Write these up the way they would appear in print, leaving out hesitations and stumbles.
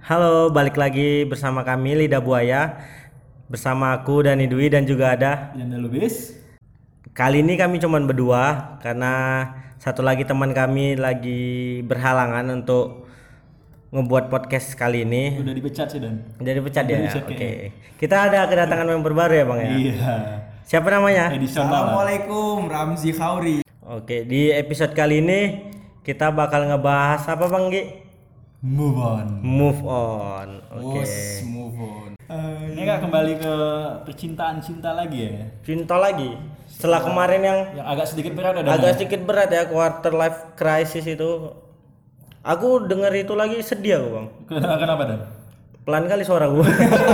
Halo, balik lagi bersama kami Lidah Buaya. Bersama aku Dani Dwi dan juga ada. Yanda Lubis. Kali ini kami cuman berdua karena satu lagi teman kami lagi berhalangan untuk ngebuat podcast kali ini. Udah dipecat sih Dan. Udah dipecat ya? dipecat Oke. kayaknya. Kita ada kedatangan member baru ya, Bang ya? Iya. Siapa namanya? Edison Assalamualaikum, Ramzi Khauri. Oke, di episode kali ini kita bakal ngebahas apa, Bang Gi? Move on. Move on. Oke. Move on. Ini Kak kembali ke percintaan cinta lagi ya. Cinta lagi. Setelah kemarin yang Yang agak sedikit berat ada. agak sedikit berat ya, quarter life crisis itu. Aku denger itu lagi sedih aku, Bang. Kenapa Dan? Pelan kali suara gua.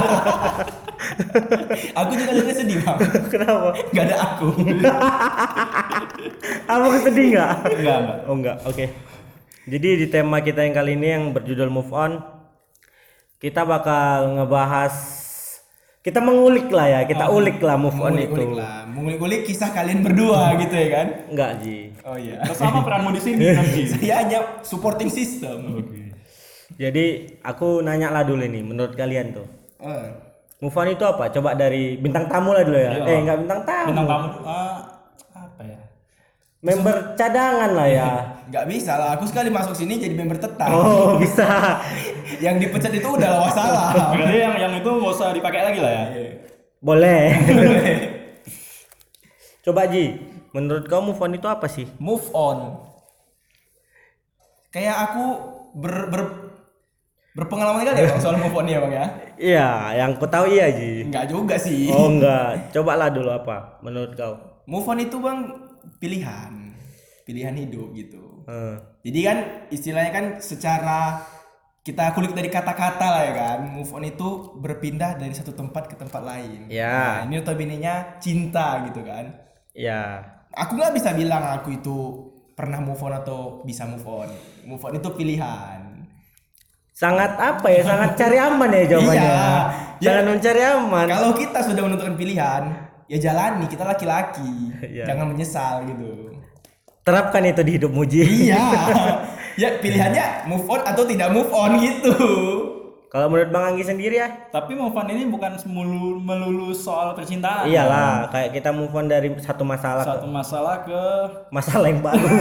Aku juga lagi sedih, Bang. Kenapa? Gak ada aku. Apa sedih nggak? Enggak. Oh enggak, oke. Jadi di tema kita yang kali ini yang berjudul Move On, kita bakal ngebahas, kita mengulik lah ya, kita ulik lah move on itu. Mengulik-ulik kisah kalian berdua gitu ya kan? Enggak, Ji. Oh iya. Terus apa peranmu di sini nanti? Saya hanya supporting system. Jadi aku nanya lah dulu nih, menurut kalian tuh Eh, move on itu apa? Coba dari bintang tamu lah dulu ya. Iya. Enggak bintang tamu. Bintang tamu apa ya? Member cadangan lah ya. Gak bisa lah. Aku sekali masuk sini jadi member tetap. Oh, bisa. Yang dipecat itu udah masalah. Berarti yang itu nggak usah dipakai lagi lah ya. Boleh. Coba Ji, menurut kamu move on itu apa sih? Move on. Kayak aku berpengalaman kali ya Bang, soal move on ya Bang ya. Iya, yang ku tahu iya Ji. Enggak juga sih. Oh enggak, coba lah dulu apa menurut kau? Move on itu Bang pilihan hidup gitu. Hmm. Jadi kan istilahnya kan secara kita kulik dari kata-kata lah ya kan. Move on itu berpindah dari satu tempat ke tempat lain. Ya. Nah, ini notabene-nya cinta gitu kan. Ya. Aku nggak bisa bilang aku itu pernah move on atau bisa move on. Move on itu pilihan. Sangat apa ya? Sangat cari aman ya jawabannya. Iya. Jangan Ya. mencari aman. Kalau kita sudah menentukan pilihan, ya jalani. Kita laki-laki. Iya. Jangan menyesal gitu. Terapkan itu di hidupmu Ji. Iya. Ya pilihannya move on atau tidak move on gitu. Kalau menurut Bang Anggi sendiri ya? Tapi move on ini bukan melulu soal percintaan. Iyalah, kayak kita move on dari satu masalah Satu ke masalah ke masalah yang baru.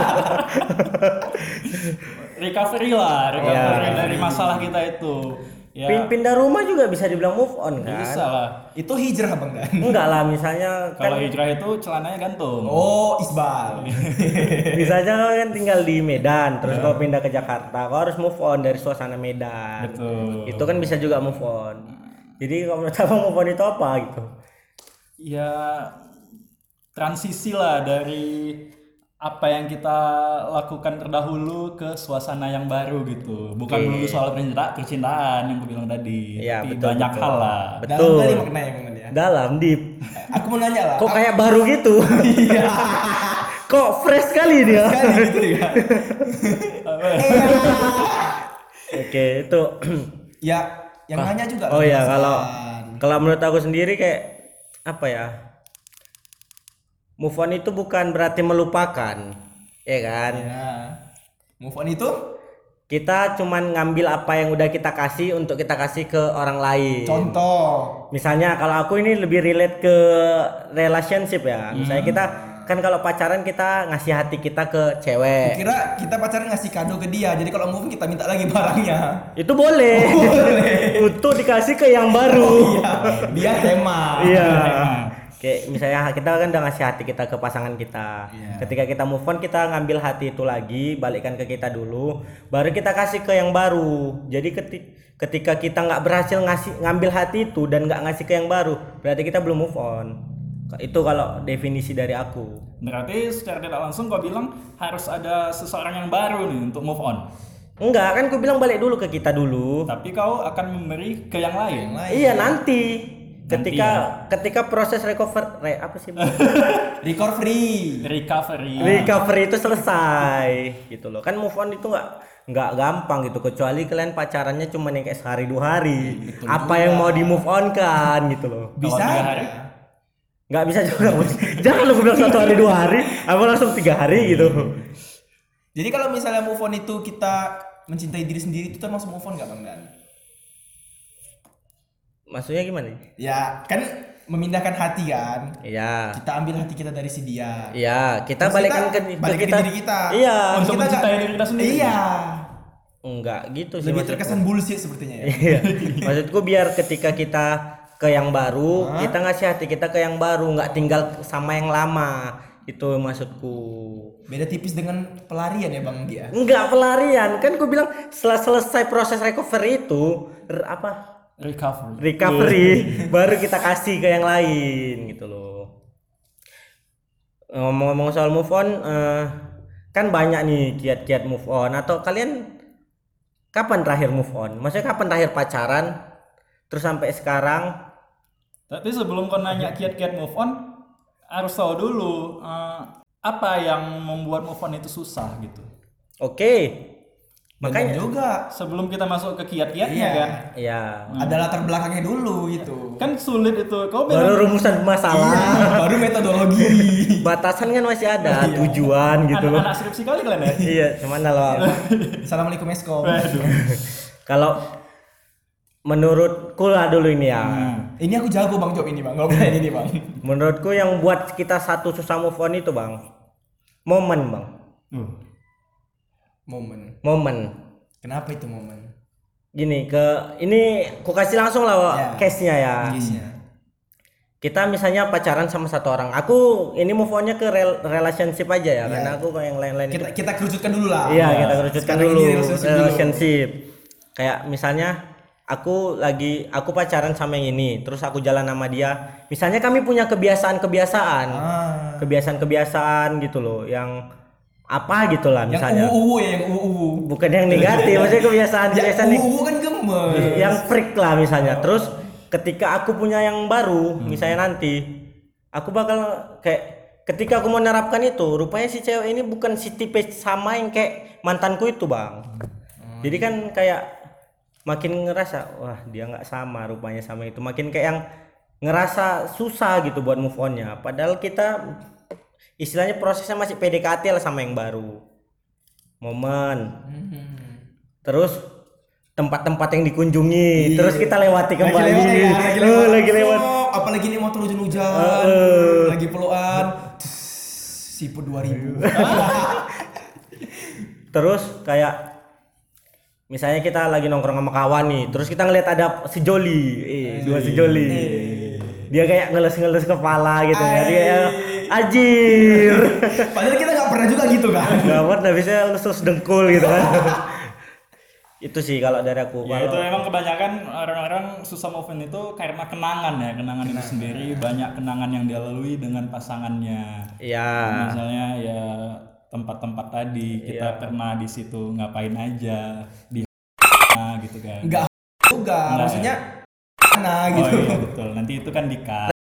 recovery lah, Iya. dari masalah kita itu. Ya, Pindah rumah juga bisa dibilang move on kan? bisa lah. Itu hijrah Bang Dan. Enggak lah, misalnya kan Kalau hijrah itu celananya gantung. Oh, isbal. bisa aja kau kan tinggal di Medan, terus kau pindah ke Jakarta, kau harus move on dari suasana Medan. Betul. Itu kan bisa juga move on. Jadi kalau menurut abang move on itu apa gitu? Ya transisi lah dari apa yang kita lakukan terdahulu ke suasana yang baru gitu. Bukan melulu soal percintaan yang gue bilang tadi. Iya, tapi betul, banyak betul. hal lah. Dalam Betul. kali maknanya Bang Dan ya. Dalam deep. Aku mau nanya lah. Kok kayak baru gitu? Iya. Kok fresh kali dia? Kali gitu ya. Oke, itu. Ya, yang nanya juga. Oh ya, perasaan. kalau menurut aku sendiri kayak apa ya? Move on itu bukan berarti melupakan, ya kan? Ya. Move on itu Kita cuman ngambil apa yang udah kita kasih untuk kita kasih ke orang lain. contoh. Misalnya kalau aku ini lebih relate ke relationship ya. Misalnya kita kan kalau pacaran kita ngasih hati kita ke cewek. Kira kita pacaran ngasih kado ke dia. Jadi kalau move on kita minta lagi barangnya. Itu boleh. Untuk dikasih ke yang baru. Iya. Biar tema. Iya. Kayak misalnya kita kan udah ngasih hati kita ke pasangan kita. Iya. Ketika kita move on kita ngambil hati itu lagi, balikkan ke kita dulu, baru kita kasih ke yang baru. Jadi ketika kita nggak berhasil ngambil hati itu dan nggak ngasih ke yang baru, berarti kita belum move on. Itu kalau definisi dari aku. Berarti secara tidak langsung kau bilang harus ada seseorang yang baru nih untuk move on. Enggak, kan aku bilang balik dulu ke kita dulu. Tapi kau akan memberi ke yang lain. Iya nanti. Ketika proses apa sih? Recovery. Recovery itu selesai gitu loh. Kan move on itu nggak gampang gitu, kecuali kalian pacarannya cuma yang kayak sehari 2 hari. Apa yang mau di move on kan gitu loh. Bisa. Kalau 3 hari? Nggak bisa juga. Jangan lu bilang 1 hari 2 hari, apa langsung 3 hari gitu. Jadi kalau misalnya move on itu kita mencintai diri sendiri itu termasuk move on nggak Bang Dan? Maksudnya gimana? Ya kan memindahkan hati kan. Iya. Kita ambil hati kita dari si dia. Iya, kita Terus balikan kita ke balikin kita. diri kita. Iya. Untuk Kita mencintai nggak- diri kita sendiri. Iya. Enggak gitu sih. Lebih maksudku. terkesan bullshit sepertinya ya. Iya. Maksudku biar ketika kita ke yang baru, kita ngasih hati kita ke yang baru, nggak tinggal sama yang lama. Itu maksudku. Beda tipis dengan pelarian ya Bang dia. Enggak pelarian, kan gue bilang setelah selesai proses recovery itu recovery baru kita kasih ke yang lain gitu loh. Ngomong-ngomong soal move on, kan banyak nih kiat-kiat move on. Atau kalian kapan terakhir move on? Maksudnya kapan terakhir pacaran? Terus sampai sekarang? Tapi sebelum kau nanya kiat-kiat move on, harus tahu dulu apa yang membuat move on itu susah gitu. Oke. Makanya Makanya juga Sebelum kita masuk ke kiat-kiatnya Iya. kan, ya ada latar belakangnya dulu gitu. kan sulit itu. Kau baru bilang rumusan masalah. Iya, baru metodologi. Batasan kan masih ada, tujuan gitu loh. anak skripsi kali kalian ya? Iya, cuman kalau Assalamualaikum Eskom. kalau menurutku lah dulu ini ya. Ini aku jago Bang Job ini Bang. Kalau ini nih Bang. Menurutku yang buat kita satu susah move on itu Bang, momen Bang, momen. Kenapa itu momen? Gini ini ku kasih langsung lah Ya. case-nya ya. Case-nya. Kita misalnya pacaran sama satu orang. Aku ini move on-nya ke relationship aja ya, karena aku kayak yang lain-lain itu. Kita kerucutkan dulu lah. Iya, kita kerucutkan Sekarang dulu ini relationship Kayak misalnya aku pacaran sama yang ini, terus aku jalan sama dia. Misalnya kami punya kebiasaan gitu loh, yang apa gitu lah misalnya. Yang uwu ya, yang uwu. Bukan yang negatif, maksudnya kebiasaan Yang uwu kan gemes. yang freak lah misalnya. Terus ketika aku punya yang baru, misalnya nanti aku bakal kayak ketika aku mau menerapkan itu, rupanya si cewek ini bukan si tipe sama yang kayak mantanku itu Bang. Jadi kan kayak makin ngerasa wah dia nggak sama rupanya sama itu, makin kayak yang ngerasa susah gitu buat move onnya. Padahal kita istilahnya prosesnya masih PDKT lah sama yang baru. Momen. Terus tempat-tempat yang dikunjungi, terus kita lewati kembali. Lagi lewat. Apalagi ini motor hujan-hujan, lagi pelukan. Siput 2000. Terus kayak misalnya kita lagi nongkrong sama kawan nih, terus kita ngeliat ada sejoli, dua sejoli. Dia kayak ngelus-ngelus kepala gitu ya. Dia anjir. Padahal kita nggak pernah juga gitu kan. Gak pernah, biasanya lus dengkul gitu kan. Itu sih kalau dari aku. Ya itu emang kebanyakan orang-orang susah move on itu karena kenangan itu sendiri, banyak kenangan yang dia lalui dengan pasangannya. Iya. Misalnya ya tempat-tempat tadi kita pernah di situ ngapain aja di gitu kan. Enggak juga, maksudnya mana Oh gitu. iya betul. Nanti itu kan di-cut.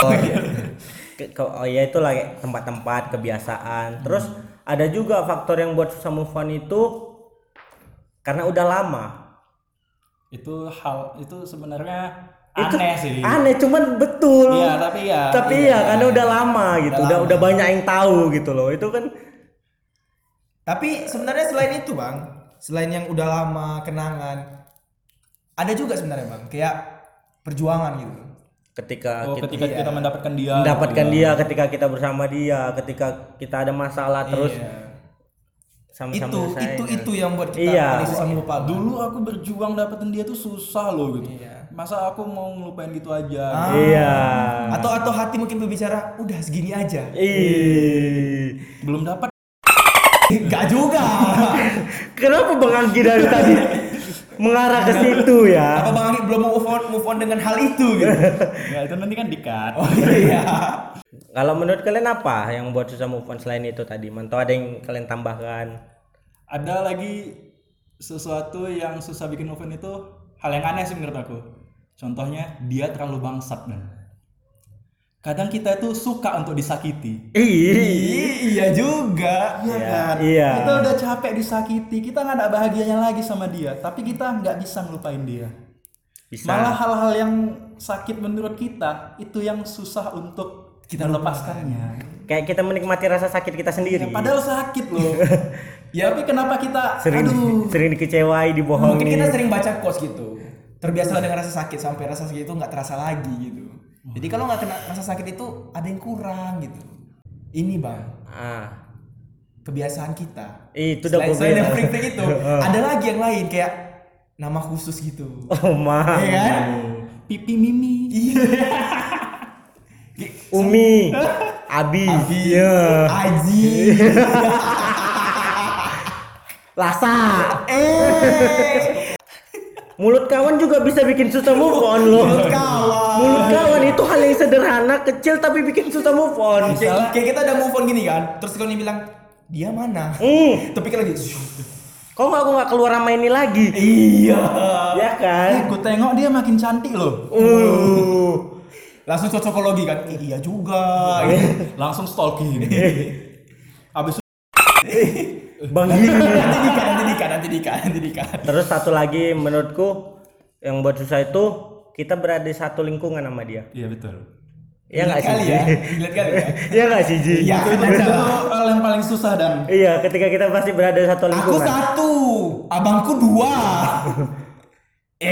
Oh iya itu lah kayak tempat-tempat kebiasaan. Terus ada juga faktor yang buat susah move on itu karena udah lama. Itu sebenarnya aneh sih. Aneh cuman betul. Iya, tapi ya. Karena udah lama gitu. Udah banyak yang tahu gitu loh. Itu kan Tapi sebenarnya selain itu Bang, selain yang udah lama kenangan, ada juga sebenarnya Bang, kayak perjuangan gitu. ketika Kita mendapatkan dia. dia, ketika kita bersama dia, ketika kita ada masalah terus sama-sama nyelesain. Itu yang buat kita Iya. paling susah melupakan. Dulu aku berjuang dapetin dia tuh susah loh gitu. Masa aku mau ngelupain gitu aja. Iya. Atau hati mungkin berbicara, udah segini aja. Belum dapat. Enggak juga. Kenapa Bang Anggi dari tadi mengarah ke situ ya? Apa Bang Anggi belum move on dengan hal itu gitu? Ya itu nanti kan di-cut. Oh iya. Kalau menurut kalian apa yang buat susah move on selain itu tadi? Mantau ada yang kalian tambahkan? Ada lagi sesuatu yang susah bikin move on itu hal yang aneh sih menurut aku. Contohnya dia terlalu bangsat dan kadang kita itu suka untuk disakiti. Iya juga. Iya kan? Iya. Kita udah capek disakiti, kita nggak ada bahagianya lagi sama dia, tapi kita nggak bisa ngelupain dia. Bisa. Malah hal-hal yang sakit menurut kita itu yang susah untuk kita melepaskannya. Kayak kita menikmati rasa sakit kita sendiri. Padahal sakit loh. Tapi kenapa kita sering dikecewai, dibohongin. Mungkin kita sering baca quotes gitu. terbiasa dengan rasa sakit sampai rasa sakit itu nggak terasa lagi gitu. Jadi kalau nggak kena rasa sakit itu ada yang kurang gitu. Ini bang, kebiasaan kita. Itu udah Selain yang bilang. freak itu, ada lagi yang lain kayak nama khusus gitu. Oh mah. Iya kan? Pipi Mimi. Umi. Abi. Iya. Aji. Lasa. Mulut kawan juga bisa bikin susah move on loh. Mulut kawan itu hal yang sederhana, kecil tapi bikin susah move on. Kayak kita udah move on gini kan, terus kalau dia bilang dia mana? Tapi kan lagi. Kok aku nggak keluar sama ini lagi? Iya. Ya kan? Aku tengok dia makin cantik loh. Langsung cocokologi kan? Iya juga. Langsung stalking. Abis Bang. Nanti nikah. Terus satu lagi menurutku yang buat susah itu kita berada di satu lingkungan sama dia. iya betul. Iya nggak sih? Kali ya. Lihat kali ya. Iya nggak sih Ji? Iya. Itu hal yang paling susah dan Iya, ketika kita pasti berada di satu Aku lingkungan. 1, abangku 2.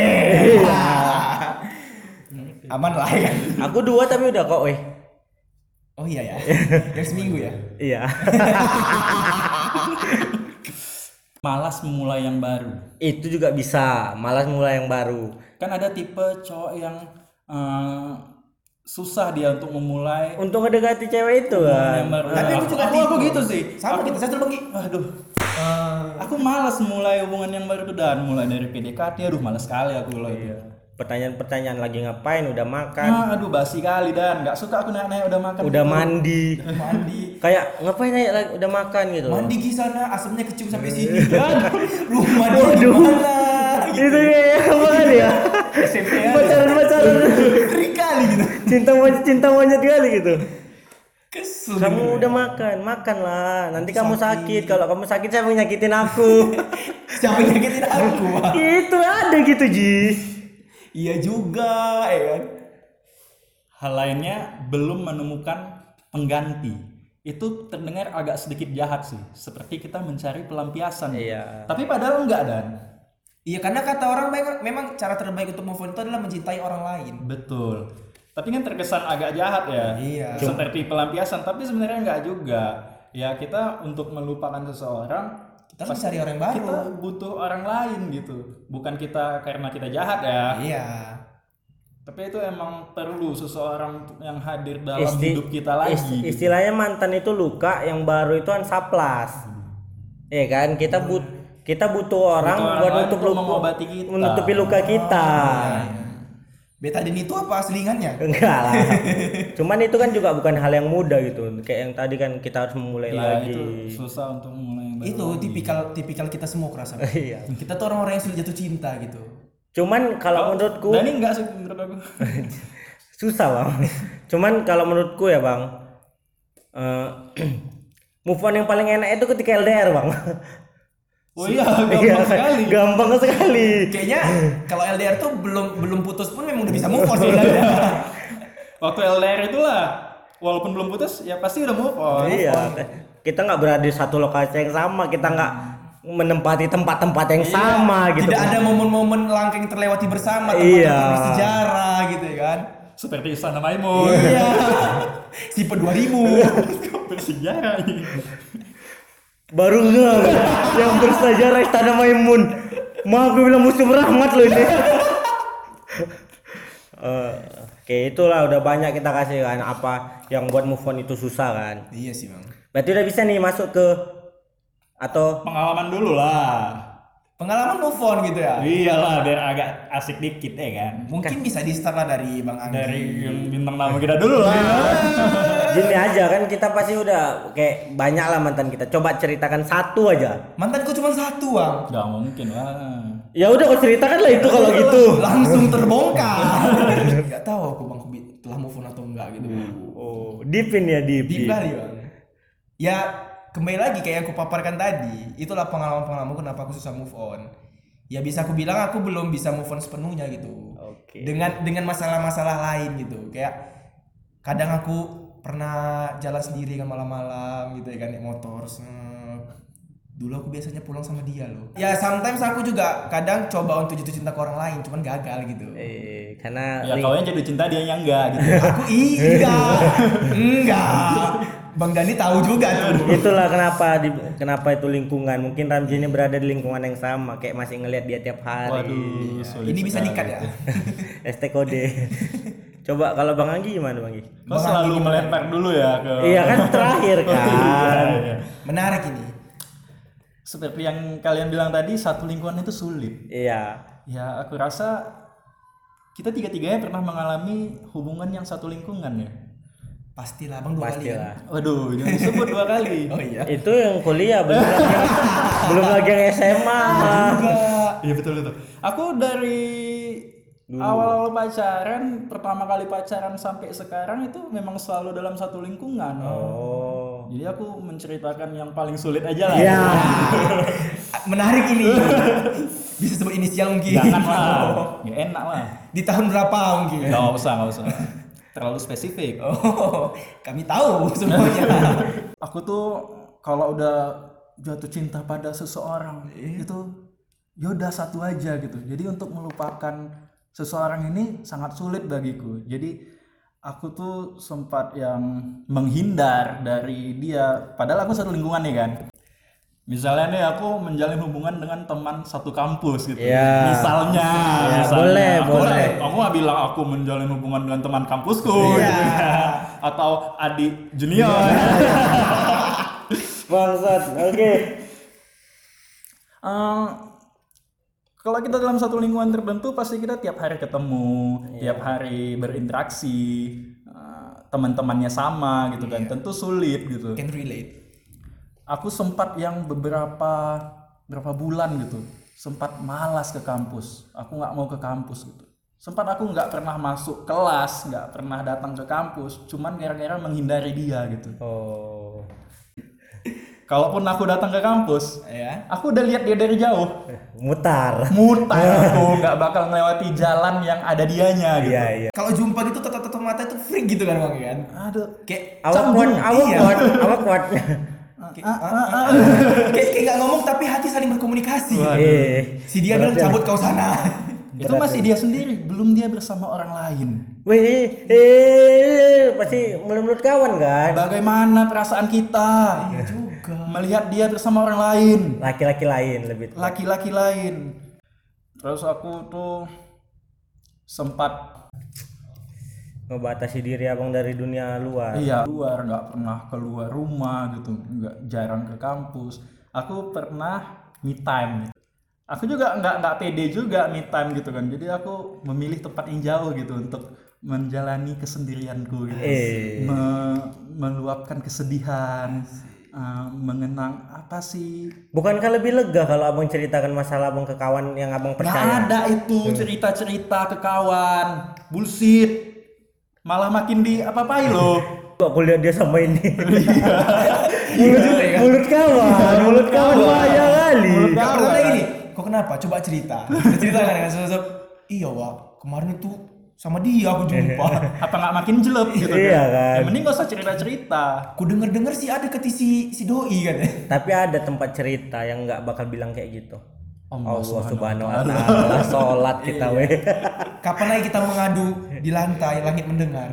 Aman lah ya kan. Aku 2 tapi udah kok weh. Oh iya ya. Yang seminggu ya. Iya. malas memulai yang baru. Itu juga bisa, malas mulai yang baru. Kan ada tipe cowok yang susah dia untuk memulai Untuk ngedekati cewek itu kan. yang baru. Tapi aku juga aku gitu sih. Sama kita saya terbagi. Aduh. Aku malas mulai hubungan yang baru tuh dan mulai dari PDKT. Aduh, malas sekali aku loh itu. Pertanyaan-pertanyaan lagi ngapain, udah makan, Aduh, basi kali dan nggak suka aku nanya udah makan. udah gitu. mandi. Mandi. Kayak ngapain nanya lagi udah makan gitu. Mandi di sana asamnya kecium sampai sini. Rumah dia di mana? Itu kayak apa kan ya? SMP ya. Pacaran. Ngeri kali gitu. Cinta monyet kali gitu. Kesel. Kamu udah makan lah. Nanti kamu sakit. Kalau kamu sakit siapa yang nyakitin aku? Siapa yang nyakitin aku? Wak? Itu ada gitu Ji. Iya juga, ya kan? Hal lainnya belum menemukan pengganti. Itu terdengar agak sedikit jahat sih, seperti kita mencari pelampiasan. Iya. Tapi padahal enggak dan. Iya karena kata orang memang cara terbaik untuk move on itu adalah mencintai orang lain. Betul. Tapi kan terkesan agak jahat ya. Iya. Seperti pelampiasan, tapi sebenarnya enggak juga. Ya kita untuk melupakan seseorang Kita harus cari orang yang baru. Kita butuh orang lain gitu. Bukan kita karena kita jahat ya. Iya. Tapi itu emang perlu seseorang yang hadir dalam hidup kita lagi. gitu. Istilahnya mantan itu luka, yang baru itu ansaplas. Iya kan? Kita butuh orang Butuh orang buat lain nutup untuk mengobati kita. menutupi luka kita. Betadine itu apa selingannya? Enggak lah. Cuman itu kan juga bukan hal yang mudah gitu. Kayak yang tadi kan kita harus memulai Iya, lagi. itu susah untuk mulai yang baru Itu lagi. tipikal kita semua kerasa. Iya. Kita tuh orang-orang yang sudah jatuh cinta gitu. Cuman kalau menurutku Dani enggak sih menurut aku. susah bang. Cuman kalau menurutku ya bang, move on yang paling enak itu ketika LDR bang. Oh iya, gampang sekali. Gampang sekali. Kayaknya kalau LDR tuh belum putus pun memang udah bisa move on sebenarnya. Waktu LDR itulah, walaupun belum putus, ya pasti udah move on. Iya. Kita nggak berada di satu lokasi yang sama. Kita nggak menempati tempat-tempat yang sama gitu. Tidak ada momen-momen langka yang terlewati bersama, Iya. tempat bersejarah gitu ya kan. Seperti Istana Maimun. Iya. Tipe 2000. Bersejarah ini. Baru nggak yang bersejarah Istana Maimun. Mau aku bilang musuh rahmat loh ini. Oke, itulah udah banyak kita kasih kan apa yang buat move on itu susah kan. Iya sih bang. Berarti udah bisa nih masuk ke atau Pengalaman dulu lah. Pengalaman move on gitu ya. Iyalah, biar agak asik dikit ya kan. Mungkin bisa di start lah dari Bang Anggi. Dari yang bintang tamu kita dulu lah. gini aja kan kita pasti udah kayak banyak lah mantan kita. Coba ceritakan satu aja. Mantanku cuma satu bang. Gak mungkin lah. Ya udah kau ceritakan lah itu kalau gitu. Langsung terbongkar. Gak tahu aku bang telah move on atau enggak gitu. Oh, deepin ya deep. Deep kali bang. Ya kembali lagi kayak yang aku paparkan tadi, itulah pengalaman-pengalamanku kenapa aku susah move on. Ya bisa aku bilang aku belum bisa move on sepenuhnya gitu. Oke. Dengan masalah-masalah lain gitu. Kayak kadang aku pernah jalan sendiri kan malam-malam gitu ya kan naik motor. dulu aku biasanya pulang sama dia loh. Ya sometimes aku juga kadang coba untuk jatuh cinta ke orang lain, cuman gagal gitu. Karena Ya kau yang jatuh cinta dia yang enggak gitu. Aku enggak. Bang Dani tahu juga tuh. itulah kenapa itu lingkungan. Mungkin Ramji ini berada di lingkungan yang sama, kayak masih ngelihat dia tiap hari. Waduh, sulit Ini bisa sekali. dikat ya. ST kode. Coba kalau Bang Anggi gimana Bang Anggi? Kau selalu melempar dulu ya ke. Iya kan terakhir kan. Iya. Menarik ini. Seperti yang kalian bilang tadi, satu lingkungan itu sulit. Iya. Ya, aku rasa kita tiga-tiganya pernah mengalami hubungan yang satu lingkungan ya. Pastilah Bang 2 kali ya. Pastilah. Waduh, jangan disebut 2 kali. Oh iya. Itu yang kuliah belum lagi yang SMA. Iya betul. Aku dari awal pacaran, pertama kali pacaran sampai sekarang itu memang selalu dalam satu lingkungan. Oh. Jadi aku menceritakan yang paling sulit aja lah. Iya. Menarik ini. Bisa sebut inisial mungkin. Jangan lah, nggak enak lah. Di tahun berapa mungkin? Nggak usah. Terlalu spesifik. Oh, kami tahu semuanya. Aku tuh kalau udah jatuh cinta pada seseorang itu yaudah satu aja gitu. Jadi untuk melupakan seseorang ini sangat sulit bagiku. Jadi aku tuh sempat yang menghindar dari dia. Padahal aku satu lingkungan nih kan. Misalnya nih aku menjalin hubungan dengan teman satu kampus gitu. Iya. Misalnya. boleh. Aku nggak bilang aku menjalin hubungan dengan teman kampusku gitu ya. Atau adik junior. Bangsat. Oke. Kalau kita dalam satu lingkungan tertentu pasti kita tiap hari ketemu, tiap hari berinteraksi, teman-temannya sama gitu kan. Tentu sulit gitu. Can relate. Aku sempat yang berapa bulan gitu, sempat malas ke kampus. Aku nggak mau ke kampus gitu. Sempat aku nggak pernah masuk kelas, nggak pernah datang ke kampus, cuman gara-gara menghindari dia gitu. Oh. Kalaupun aku datang ke kampus, Ya. aku udah lihat dia dari jauh. Mutar. Aku nggak bakal melewati jalan yang ada dianya gitu. Iya. Kalau jumpa gitu tatap mata itu freak gitu kan Bang kan? Aduh, Kayak Awak kuat. kayak nggak ngomong tapi hati saling berkomunikasi. Si dia bilang cabut kau sana. itu masih dia sendiri, belum dia bersama orang lain. Pasti mulut kawan kan? Bagaimana perasaan kita Juga. melihat dia bersama orang lain, Laki-laki lain lebih. laki-laki lain. Terus aku tuh sempat Membatasi diri abang dari dunia luar. iya luar, nggak pernah keluar rumah gitu, nggak jarang ke kampus. Aku pernah me time gitu. Aku juga nggak pede juga me time gitu kan. Jadi aku memilih tempat yang jauh gitu untuk menjalani kesendirianku gitu. Meluapkan kesedihan, mengenang apa sih. Bukankah lebih lega kalau abang ceritakan masalah abang ke kawan yang abang Nggak percaya? ada itu cerita-cerita ke kawan, bullshit. Malah makin di apa-apain loh. Kok aku lihat dia sama ini. Mulut kawan bahaya kali. Gak pernah lagi nih. Kok kenapa? Coba cerita. Cerita kan dengan sosok. Iya Wak, kemarin itu sama dia aku jumpa. Apa nggak makin jelek gitu Iya kan? kan. Yang mending gak usah cerita-cerita. Aku denger sih ada si doi kan. Tapi ada tempat cerita yang nggak bakal bilang kayak gitu. Allah Subhanahu wa ta'ala. Sholat kita weh. Kapan lagi kita mengadu di lantai langit mendengar?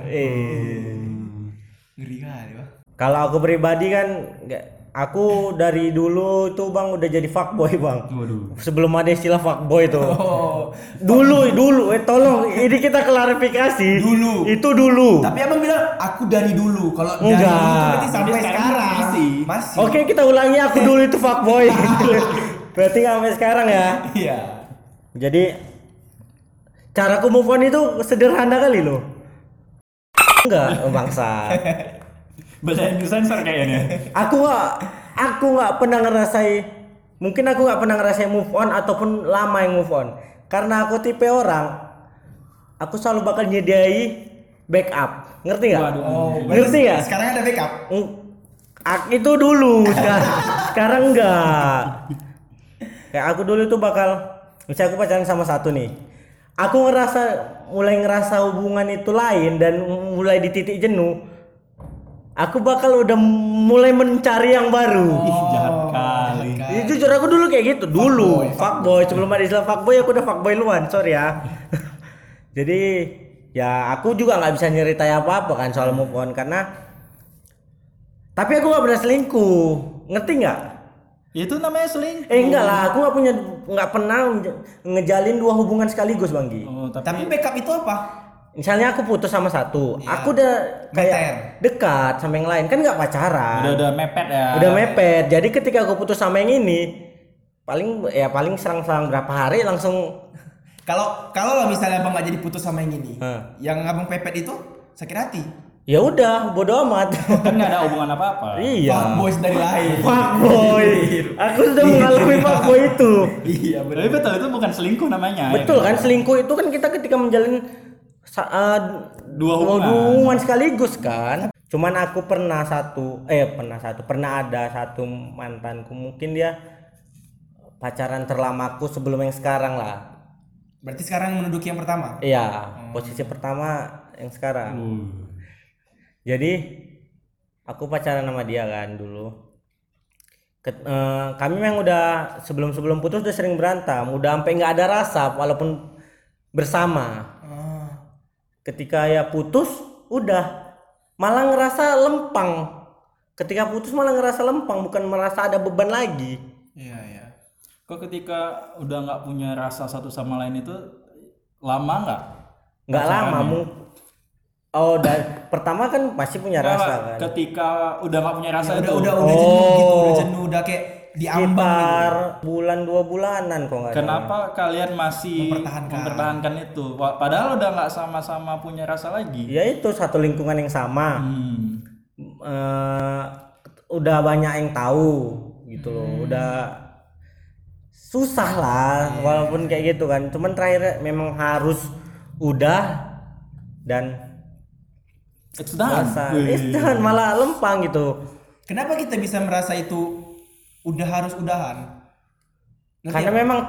Ngeri kali Pak. Kalau aku pribadi kan aku dari dulu tuh bang udah jadi fuckboy bang. Waduh. Sebelum ada istilah fuckboy tuh. Oh, Dulu tolong ini kita klarifikasi. Dulu. Itu dulu. tapi abang bilang aku dari dulu. Kalau dari Enggak. dulu itu berarti sampai Jadi sekarang sekarang masih. Oke kita ulangi aku dulu itu fuckboy. Berarti nggak sampai sekarang ya. Iya. Jadi caraku move on itu sederhana kali loh. Enggak bangsa. Bahasa Inggris sensor kayaknya. Aku nggak pernah mungkin aku nggak pernah ngerasain move on ataupun lama yang move on karena aku tipe orang aku selalu bakal nyediai backup, ngerti nggak? Ngerti nggak? Sekarang ada backup. Itu dulu, sekarang enggak. Kayak aku dulu itu misalnya aku pacaran sama satu nih, aku mulai ngerasa hubungan itu lain dan mulai di titik jenuh. Aku bakal udah mulai mencari yang baru. Ih, jahat kali. sekali. Kan. Ya, jujur aku dulu kayak gitu dulu. Fuckboy. Sebelum ada istilah fuckboy aku udah fuckboy luan. Sorry ya. Jadi ya aku juga nggak bisa nyeritain apa-apa kan soal move on karena. Tapi aku nggak pernah selingkuh. Ngerti nggak? Itu namanya selingkuh. Enggak lah. Aku nggak pernah ngejalin 2 hubungan sekaligus Bang Gi. Oh, Tapi backup itu apa? Misalnya aku putus sama satu, Iya. aku udah kayak Meter. dekat sama yang lain kan nggak pacaran. udah mepet ya. Udah mepet. Jadi ketika aku putus sama yang ini, paling serang-serang berapa hari langsung Kalau lo misalnya abang nggak jadi putus sama yang ini, Hah. yang abang pepet itu sakit hati. ya udah bodo amat. Kan nggak ada hubungan apa-apa. Iya. Fuckboys dari lahir. Fuckboy. Aku sudah mengalami fuckboy itu. Iya Tapi betul itu bukan selingkuh namanya. Betul kan selingkuh itu kan kita ketika menjalin Dua hubungan. hubungan sekaligus kan. Cuman aku pernah ada satu mantanku mungkin dia pacaran terlamaku sebelum yang sekarang lah. Berarti sekarang menduduki yang pertama. Iya, posisi pertama yang sekarang. Jadi aku pacaran sama dia kan dulu. Kami memang udah sebelum putus udah sering berantem, udah sampai nggak ada rasa walaupun bersama. Ketika ya putus, udah malah ngerasa lempang. Ketika putus malah ngerasa lempang, bukan merasa ada beban lagi. Iya, iya. Kok ketika udah nggak punya rasa satu sama lain itu lama nggak? Nggak lama, pertama kan pasti punya rasa kan. Ketika udah nggak punya rasa itu. Udah jenuh gitu, udah jenuh, udah kayak diambang gitu. Sekitar bulan 2 bulanan kok nggak salah. Kenapa kalian masih mempertahankan itu? Padahal udah nggak sama-sama punya rasa lagi. Ya itu satu lingkungan yang sama. Udah banyak yang tahu gitu loh. Udah susah lah walaupun kayak gitu kan. Cuman terakhir memang harus udah dan It's done. malah lempang gitu. Kenapa kita bisa merasa itu udah harus udahan? Karena memang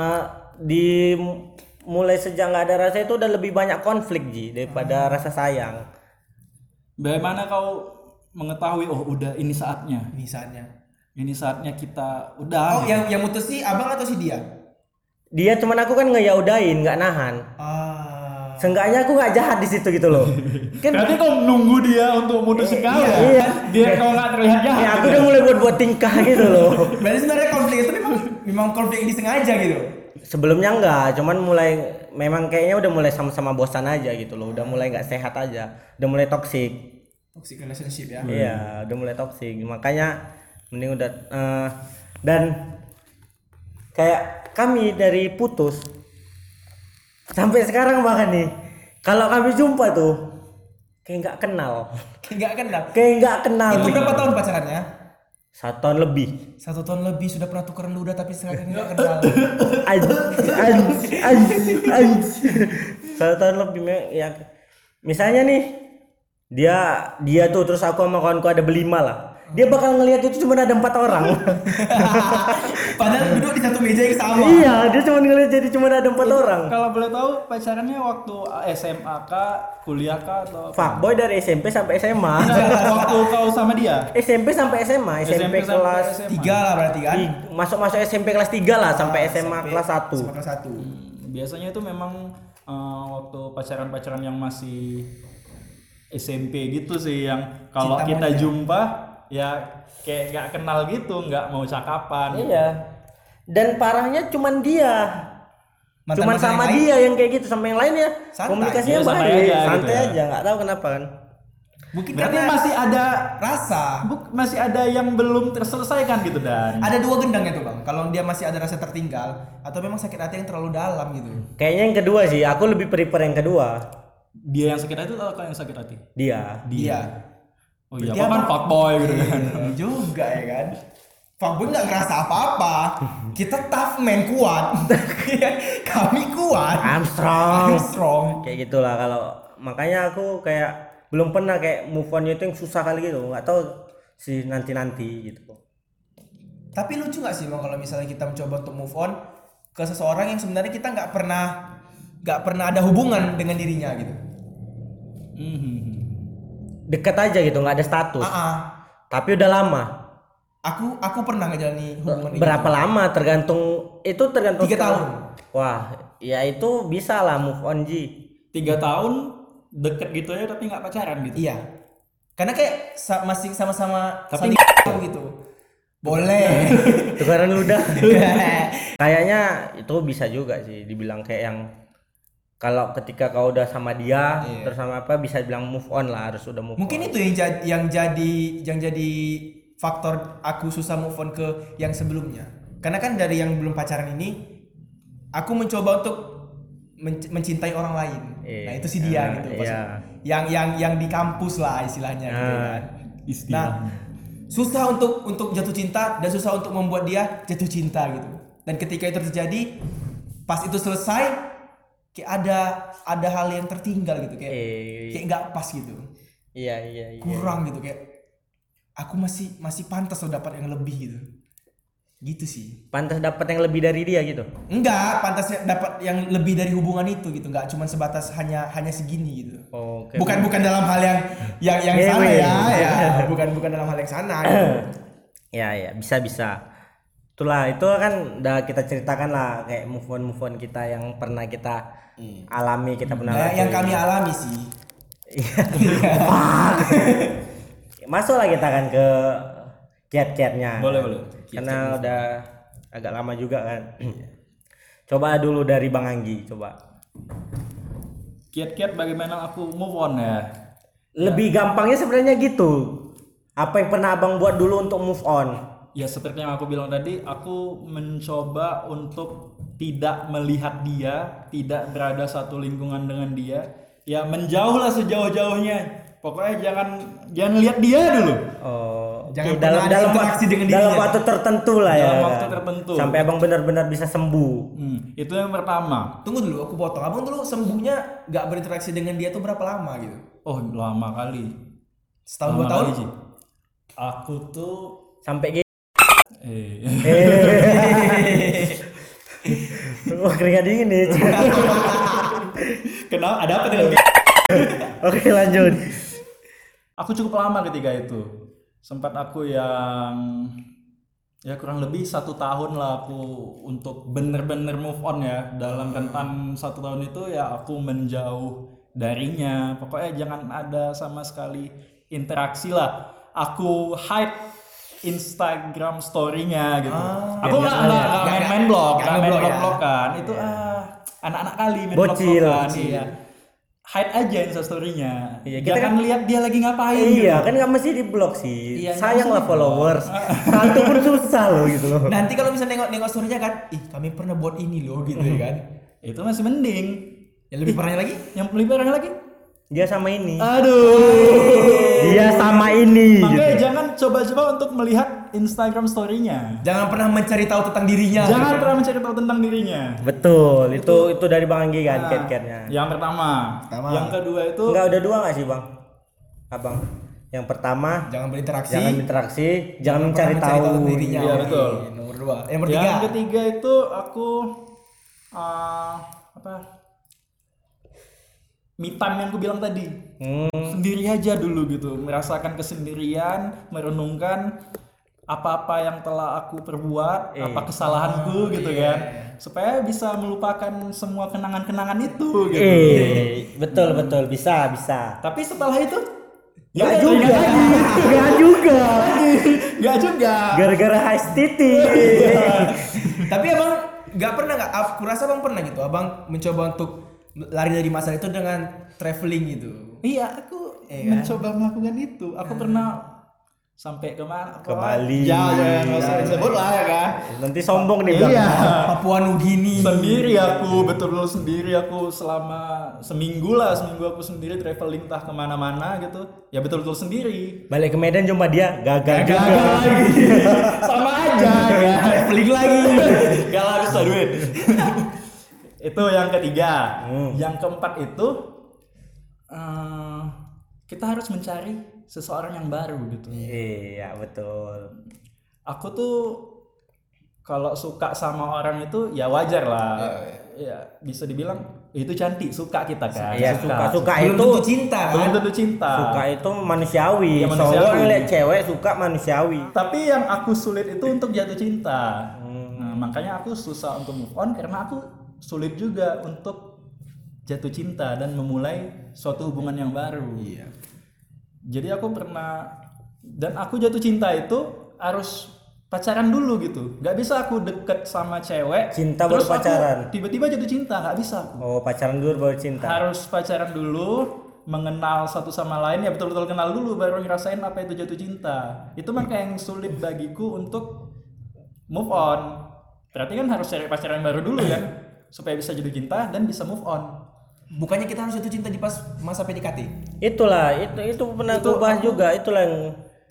mulai sejak nggak ada rasa itu udah lebih banyak konflik Ji daripada rasa sayang. Bagaimana kau mengetahui udah ini saatnya? Misalnya. Ini saatnya kita udah. Oh, yang mutus sih abang atau si dia? Dia cuman aku kan ngeyaudain, nggak nahan. Seenggaknya aku nggak jahat di situ gitu loh. Kan Berarti kau nunggu dia untuk mutusin kau ya? iya. Biar kau nggak terlihat jahat. ya aku udah mulai buat tingkah gitu loh. Berarti sebenarnya konflik itu memang konflik yang disengaja gitu. Sebelumnya enggak, cuman memang kayaknya udah mulai sama-sama bosan aja gitu loh. Udah mulai nggak sehat aja, udah mulai toksik. Toxic relationship ya. Iya, udah mulai toksik. Makanya mending udah dan kayak kami dari putus sampai sekarang bahkan nih kalau kami jumpa tuh kayak nggak kenal. Kayak nggak kenal. Itu berapa tahun pacarannya? 1 tahun lebih. 1 tahun lebih sudah pernah tukeran ludah tapi sekarang nggak kenal. Anj. 1 tahun lebih ya. Misalnya nih dia tuh terus aku sama kawanku ada berlima lah. Dia bakal ngelihat itu cuma ada 4 orang. Padahal duduk di satu meja yang sama. Iya, dia cuma ngelihat jadi cuma ada 4 orang. Kalau boleh tahu pacarannya waktu SMA kah, kuliah kah atau apa? Fuckboy dari SMP sampai SMA. Waktu kau sama dia? SMP sampai SMA, SMP sampai kelas SMA. 3 lah berarti kan? masuk SMP kelas 3 lah sampai SMA kelas 1. Sama kelas 1. Biasanya itu memang waktu pacaran-pacaran yang masih SMP gitu sih yang kalau Cinta kita monyet. jumpa ya kayak nggak kenal gitu, nggak mau cakapan. Iya. Dan parahnya cuman dia. Cuman Mantan-mantan sama yang lain? dia yang kayak gitu, sama yang lain ya Santai. komunikasinya Iya, santai baik, aja gitu santai ya. aja, nggak tahu kenapa kan. Mungkin Berarti karena masih ada rasa. masih ada yang belum terselesaikan gitu dan. Ada 2 gendangnya tuh bang. Kalau dia masih ada rasa tertinggal atau memang sakit hati yang terlalu dalam gitu. Kayaknya yang kedua sih, aku lebih prefer yang kedua. Dia yang sakit hati atau kau yang sakit hati? Dia. Oh iya, Berarti kau kan apa? fuckboy gitu kan. Iya juga ya kan. Fuckboy nggak ngerasa apa-apa. Kita tough man kuat. Kami kuat. I'm strong. Strong. Kayak gitulah kalau makanya aku kayak belum pernah kayak move on itu yang susah kali gitu, nggak tahu sih nanti gitu. Tapi lucu nggak sih bang kalau misalnya kita mencoba untuk move on ke seseorang yang sebenarnya kita nggak pernah ada hubungan dengan dirinya gitu. Deket aja gitu, nggak ada status. Tapi udah lama. aku pernah ngejalani hubungan kayak Berapa lama tergantung 3 sekarang. tahun. Wah, ya itu bisa lah move on Ji. 3 tahun deket gitu ya tapi nggak pacaran gitu. Iya. Karena kayak masih sama-sama Tapi saling tahu gitu. Boleh. Tukaran ludah. Kayaknya itu bisa juga sih dibilang kayak yang kalau ketika kau udah sama dia Iya. terus sama apa bisa bilang move on lah, harus udah move Mungkin on. itu yang jadi faktor aku susah move on ke yang sebelumnya. Karena kan dari yang belum pacaran ini aku mencoba untuk mencintai orang lain. Nah, itu si dia gitu Iya. Yang di kampus lah istilahnya gitu kan. Istilahnya. Nah, susah untuk jatuh cinta dan susah untuk membuat dia jatuh cinta gitu. Dan ketika itu terjadi, pas itu selesai kayak ada hal yang tertinggal gitu kayak nggak pas gitu. Iya. Kurang gitu kayak aku masih pantas loh dapat yang lebih gitu sih. Pantas dapat yang lebih dari dia gitu. Enggak, pantasnya dapat yang lebih dari hubungan itu gitu, enggak cuma sebatas hanya segini gitu. Oke. Bukan dalam hal yang sana ya, bukan dalam hal yang sana gitu. Ya, bisa. Itulah, itu kan udah kita ceritakan lah kayak move on kita yang pernah kita alami, kita pernah Nah, yang lakuin. kami alami sih. Masuk lah kita kan ke kiat-kiatnya. Boleh. Karena udah agak lama juga kan. Coba dulu dari Bang Anggi, coba. Kiat-kiat bagaimana aku move on ya. Lebih gampangnya sebenarnya gitu. Apa yang pernah Abang buat dulu untuk move on? Ya seperti yang aku bilang tadi, aku mencoba untuk tidak melihat dia, tidak berada satu lingkungan dengan dia. Ya menjauhlah sejauh-jauhnya. Pokoknya jangan lihat dia dulu. Oh, Jangan oke, pernah ada interaksi dengan dalam dirinya. waktu tertentu lah ya. Dalam waktu kan? tertentu. Sampai Abang benar-benar bisa sembuh. Itu yang pertama. Tunggu dulu, aku potong. Abang dulu sembuhnya nggak berinteraksi dengan dia tuh berapa lama gitu? Oh lama kali. Setahun Lama 2 tahun? kali, Ji. Aku tuh Sampai eh Wah, keringat dingin nih. kenapa ada apa dengan Oke, lanjut. Aku cukup lama ketika itu. Sempat aku yang ya kurang lebih 1 tahun lah aku untuk bener-bener move on ya. Dalam rentan 1 tahun itu ya aku menjauh darinya. Pokoknya jangan ada sama sekali interaksi lah. Aku hide Instagram story-nya gitu. Aku nggak main blog, nggak main blog kan. Itu anak-anak kali main Bocil. blog kan. Iya. Hide aja Instastory-nya. Iya, kita Jangan lihat dia lagi ngapain. Iya, gitu. kan nggak mesti di blog sih. Iya, nggak Sayang mesti lah di-blog. followers. Satu pun susah loh gitu loh. Nanti kalau misalnya nengok story-nya kan, ih kami pernah buat ini loh gitu ya kan. Itu masih mending. Yang lebih parahnya lagi? Yang lebih parah lagi? Dia sama ini. Aduh. Dia sama ini Makanya gitu. jangan coba-coba untuk melihat Instagram story-nya. Jangan pernah mencari tahu tentang dirinya. Jangan pernah mencari tahu tentang dirinya. Betul, itu dari Bang Anggi kan kiat-kiatnya. Yang pertama. Yang kedua itu Enggak, udah 2 nggak sih Bang? Abang. Yang pertama, Jangan berinteraksi. jangan interaksi, jangan pernah mencari tahu. tentang dirinya. Iya, betul. Nomor 2. Yang ketiga. Yang ketiga itu aku apa? Me time yang aku bilang tadi. Sendiri aja dulu gitu, merasakan kesendirian, merenungkan apa-apa yang telah aku perbuat, apa kesalahanku gitu kan, supaya bisa melupakan semua kenangan-kenangan itu gitu. Betul, bisa. Tapi setelah itu Enggak ya, juga. Enggak juga. nggak juga. Gara-gara high titik. Tapi abang nggak pernah nggak? Aku rasa abang pernah gitu. Abang mencoba untuk lari dari masalah itu dengan traveling gitu. Iya, aku Iya kan? mencoba melakukan itu. Aku pernah sampai kemana? Ke Bali. Ya, nggak usah disebut lah ya kan. Nanti sombong nih Bang. Iya. Papua Nugini. Sendiri aku, betul-betul sendiri aku selama seminggu aku sendiri traveling entah kemana-mana gitu. Ya betul-betul sendiri. Balik ke Medan cuma dia gagal juga. lagi. Sama aja ya. Traveling lagi. Gak lah bisa duit. Itu yang ketiga. Yang keempat itu kita harus mencari seseorang yang baru gitu. Iya, betul. Aku tuh kalau suka sama orang itu ya wajar lah. Ya bisa dibilang itu cantik, suka kita kan. Iya, suka Belum itu tentu cinta kan. Belum tentu cinta. suka itu manusiawi. Iya, manusiawi. Cowok ngeliat cewek suka manusiawi. Tapi yang aku sulit itu untuk jatuh cinta. Nah, makanya aku susah untuk move on karena aku sulit juga untuk jatuh cinta dan memulai suatu hubungan yang baru. Iya. Jadi aku pernah, dan aku jatuh cinta itu harus pacaran dulu gitu. Gak bisa aku deket sama cewek Cinta terus baru pacaran. aku tiba-tiba jatuh cinta, gak bisa aku. Oh, pacaran dulu baru cinta. Harus pacaran dulu, mengenal satu sama lain, ya betul-betul kenal dulu baru ngerasain apa itu jatuh cinta. Itu makanya yang sulit bagiku untuk move on. Berarti kan harus cari pacaran baru dulu kan, supaya bisa jatuh cinta dan bisa move on. Bukannya kita harus jatuh cinta di pas masa PDKT? Itulah, itu pernah aku bahas juga. Itulah yang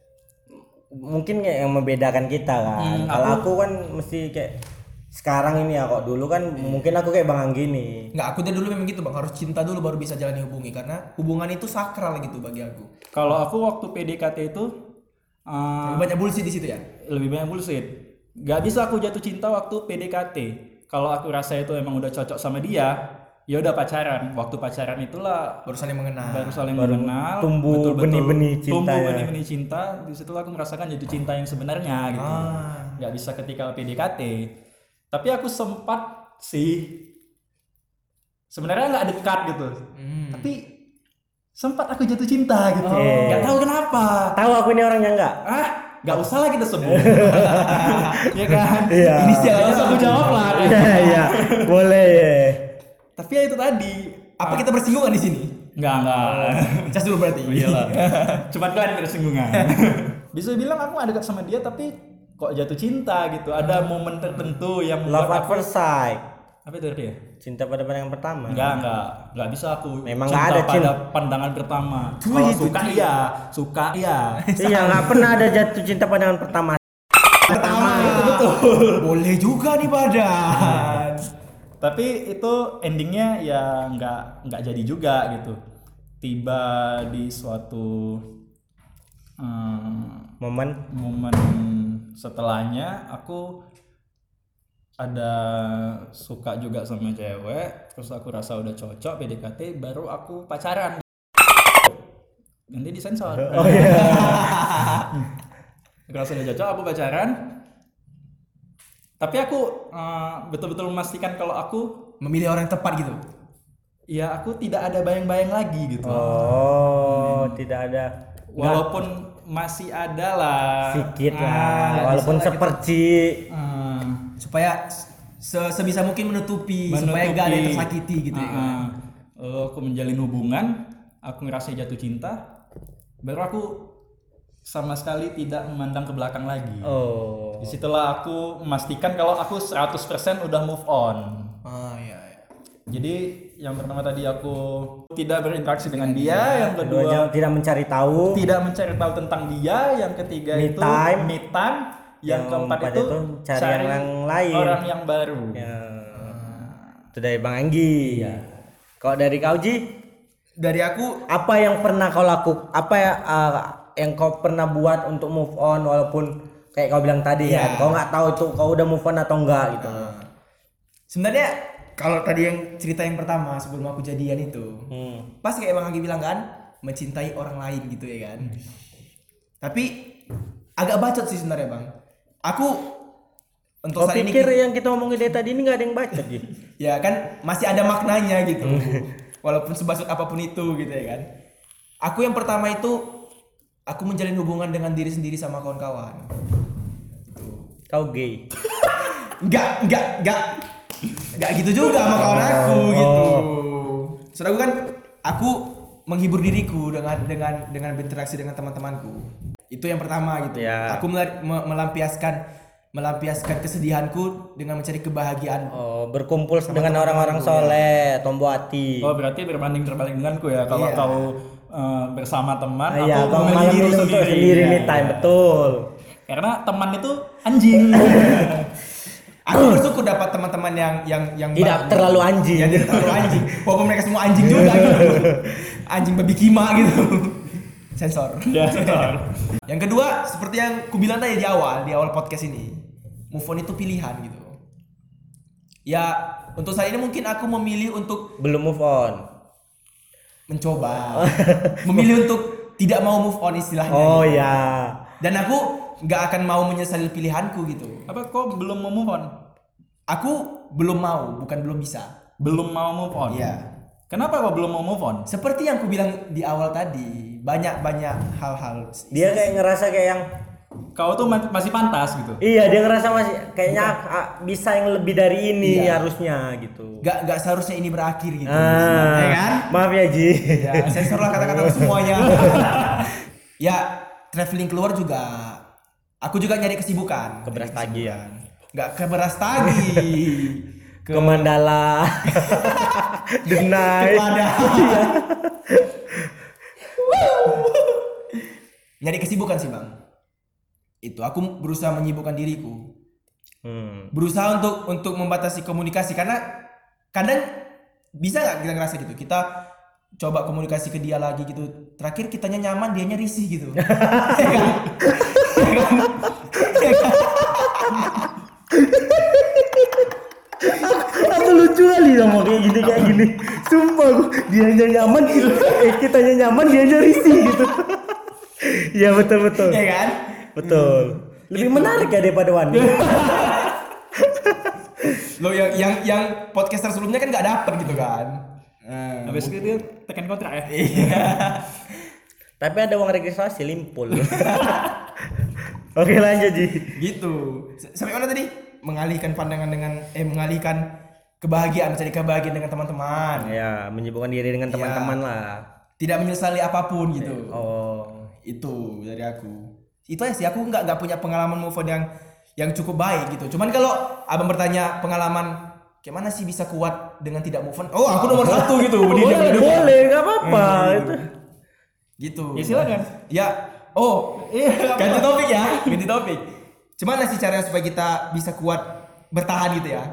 mungkin kayak yang membedakan kita kan. Kalau aku kan mesti kayak sekarang ini ya, kok dulu kan mungkin aku kayak Bang Anggi nih. Nggak, aku dari dulu memang gitu bang, harus cinta dulu baru bisa jalani hubungi, karena hubungan itu sakral gitu bagi aku. Kalau aku waktu PDKT itu Banyak bullshit di situ ya. lebih banyak bullshit. Gak bisa aku jatuh cinta waktu PDKT. Kalau aku rasa itu emang udah cocok sama dia, ya udah pacaran. Waktu pacaran itulah Baru saling mengenal. baru saling mengenal, tumbuh betul-betul benih-benih tumbuh cintanya. benih-benih cinta. Di situ aku merasakan jatuh cinta yang sebenarnya gitu. Gak bisa ketika PDKT. Tapi aku sempat sih sebenarnya nggak dekat gitu. Tapi sempat aku jatuh cinta gitu. Nggak tahu kenapa. Tahu aku ini orangnya enggak? Gak usah lah kita sebut. Ya kan? Iya. Inisialnya usah aku jawab lah. Iya, boleh. Tapi ya itu tadi. Apa kita bersinggungan di sini? Enggak. Cas dulu berarti. Iyalah. Cuma kan ada bersinggungan. Bisa bilang aku gak dekat sama dia tapi kok jatuh cinta gitu. Ada momen tertentu yang Love membuat at aku. first sight. Apa itu dia? Cinta pada pandangan pertama. Enggak bisa aku. Memang cinta nggak ada pada cinta. pandangan pertama. Kalau suka iya. Iya, nggak pernah ada jatuh cinta pandangan pertama. Boleh juga nih badan. Tapi itu endingnya ya nggak jadi juga gitu. Tiba di suatu Momen momen setelahnya aku ada suka juga sama cewek, terus aku rasa udah cocok PDKT, baru aku pacaran. Nanti disensor. Oh iya. Aku rasa udah cocok, aku pacaran. Tapi aku betul-betul memastikan kalau aku Memilih orang yang tepat gitu. ya aku tidak ada bayang-bayang lagi gitu. Oh, tidak ada. Walaupun masih ada lah. Sedikit lah, walaupun seperti Supaya sebisa mungkin menutupi, supaya nggak ada yang tersakiti gitu ya kan. Lalu aku menjalin hubungan, aku ngerasa jatuh cinta, baru aku sama sekali tidak memandang ke belakang lagi. Oh. Disitulah aku memastikan kalau aku 100% udah move on. Iya. Jadi yang pertama tadi aku tidak berinteraksi dengan dia, yang kedua Tidak mencari tahu. tidak mencari tahu tentang dia, yang ketiga Me itu time. me time, yang keempat itu cari yang lain. orang yang baru. Ya. Itu dari Bang Anggi. Iya. Kalau dari kau Ji, Dari aku apa yang pernah kau lakukan? Apa ya yang kau pernah buat untuk move on walaupun kayak kau bilang tadi Iya. ya, kau nggak tahu itu kau udah move on atau enggak gitu. sebenarnya kalau tadi yang cerita yang pertama sebelum aku jadian itu, pas kayak Bang Agi bilang kan, mencintai orang lain gitu ya kan. Tapi agak bacot sih sebenarnya Bang. Aku untuk Kau saat ini pikir yang kita omongin dari tadi ini nggak ada yang baca Ji? ya kan masih ada maknanya gitu. Walaupun sebasut apapun itu gitu ya kan. Aku yang pertama itu aku menjalin hubungan dengan diri sendiri sama kawan-kawan. Kau gay. Enggak gitu juga sama kawan aku gitu. Soalnya aku kan aku menghibur diriku dengan berinteraksi dengan teman-temanku. Itu yang pertama gitu. Ya. Aku melampiaskan kesedihanku dengan mencari kebahagiaan. Oh, berkumpul dengan orang-orang soleh, tombo hati. Oh berarti berbanding terbalik denganku ya. Kalau Iya. kau bersama teman, Iya, aku kau malam memilih itu untuk sendiri Iya, me time, iya. betul. Karena teman itu anjing. Aku bersyukur dapat teman-teman yang Tidak baik. terlalu anjing. Ya, tidak terlalu anjing. Walaupun mereka semua anjing juga gitu. Anjing babi kima gitu. Sensor. Ya, sensor. Yang kedua, seperti yang ku bilang tadi di awal podcast ini, move on itu pilihan gitu. Ya untuk saat ini mungkin aku memilih untuk Belum move on. mencoba, memilih untuk tidak mau move on istilahnya. Oh gitu. ya. Dan aku nggak akan mau menyesali pilihanku gitu. Apa kok belum mau move on? Aku belum mau, bukan belum bisa. Belum mau move on. Iya. Kenapa kok belum mau move on? Seperti yang aku bilang di awal tadi, banyak hal-hal. Dia kayak ngerasa kayak yang Kau tuh masih pantas gitu. iya, dia ngerasa masih kayaknya bisa yang lebih dari ini Iya. harusnya gitu. Gak seharusnya ini berakhir gitu. Ah, Ya kan? Maaf ya Ji. Ya, sensorlah kata-kata semuanya. Ya, traveling keluar juga. Aku juga nyari kesibukan. Ke Brastagi ya. Gak ke Brastagi. Ke Mandala. Denai. Kepada. Nyari kesibukan sih bang. Itu aku berusaha menyibukkan diriku. Berusaha untuk membatasi komunikasi karena kadang bisa nggak kita ngerasa gitu. Kita coba komunikasi ke dia lagi gitu. Terakhir kitanya nyaman, dianya risih gitu. Aku lucu kali sama kayak gini. Sumpah gua, dianya nyaman, kitanya nyaman, dianya risih gitu. Iya betul. Ya kan? Betul. Lebih menarik ya daripada Wandi. Lo yang podcaster sebelumnya kan nggak dapet gitu kan. Habis itu dia tekan kontrak ya. Iya. Tapi ada uang registrasi limpul. Oke lanjut Ji. Gitu. Sampai mana tadi? Mengalihkan pandangan mengalihkan kebahagiaan, mencari kebahagiaan dengan teman-teman. Ya, menyibukkan diri dengan teman-teman lah. Tidak menyesali apapun gitu. Oh. Itu dari aku. Itu aja sih, aku nggak punya pengalaman move on yang cukup baik gitu. Cuman kalau abang bertanya pengalaman kayak mana sih bisa kuat dengan tidak move on? Oh, aku nomor satu gitu. Boleh, nggak apa-apa. Itu. Gitu. Ya silakan. Ya. Oh, ganti topik ya. Ganti topik. Cuman sih caranya supaya kita bisa kuat bertahan gitu ya?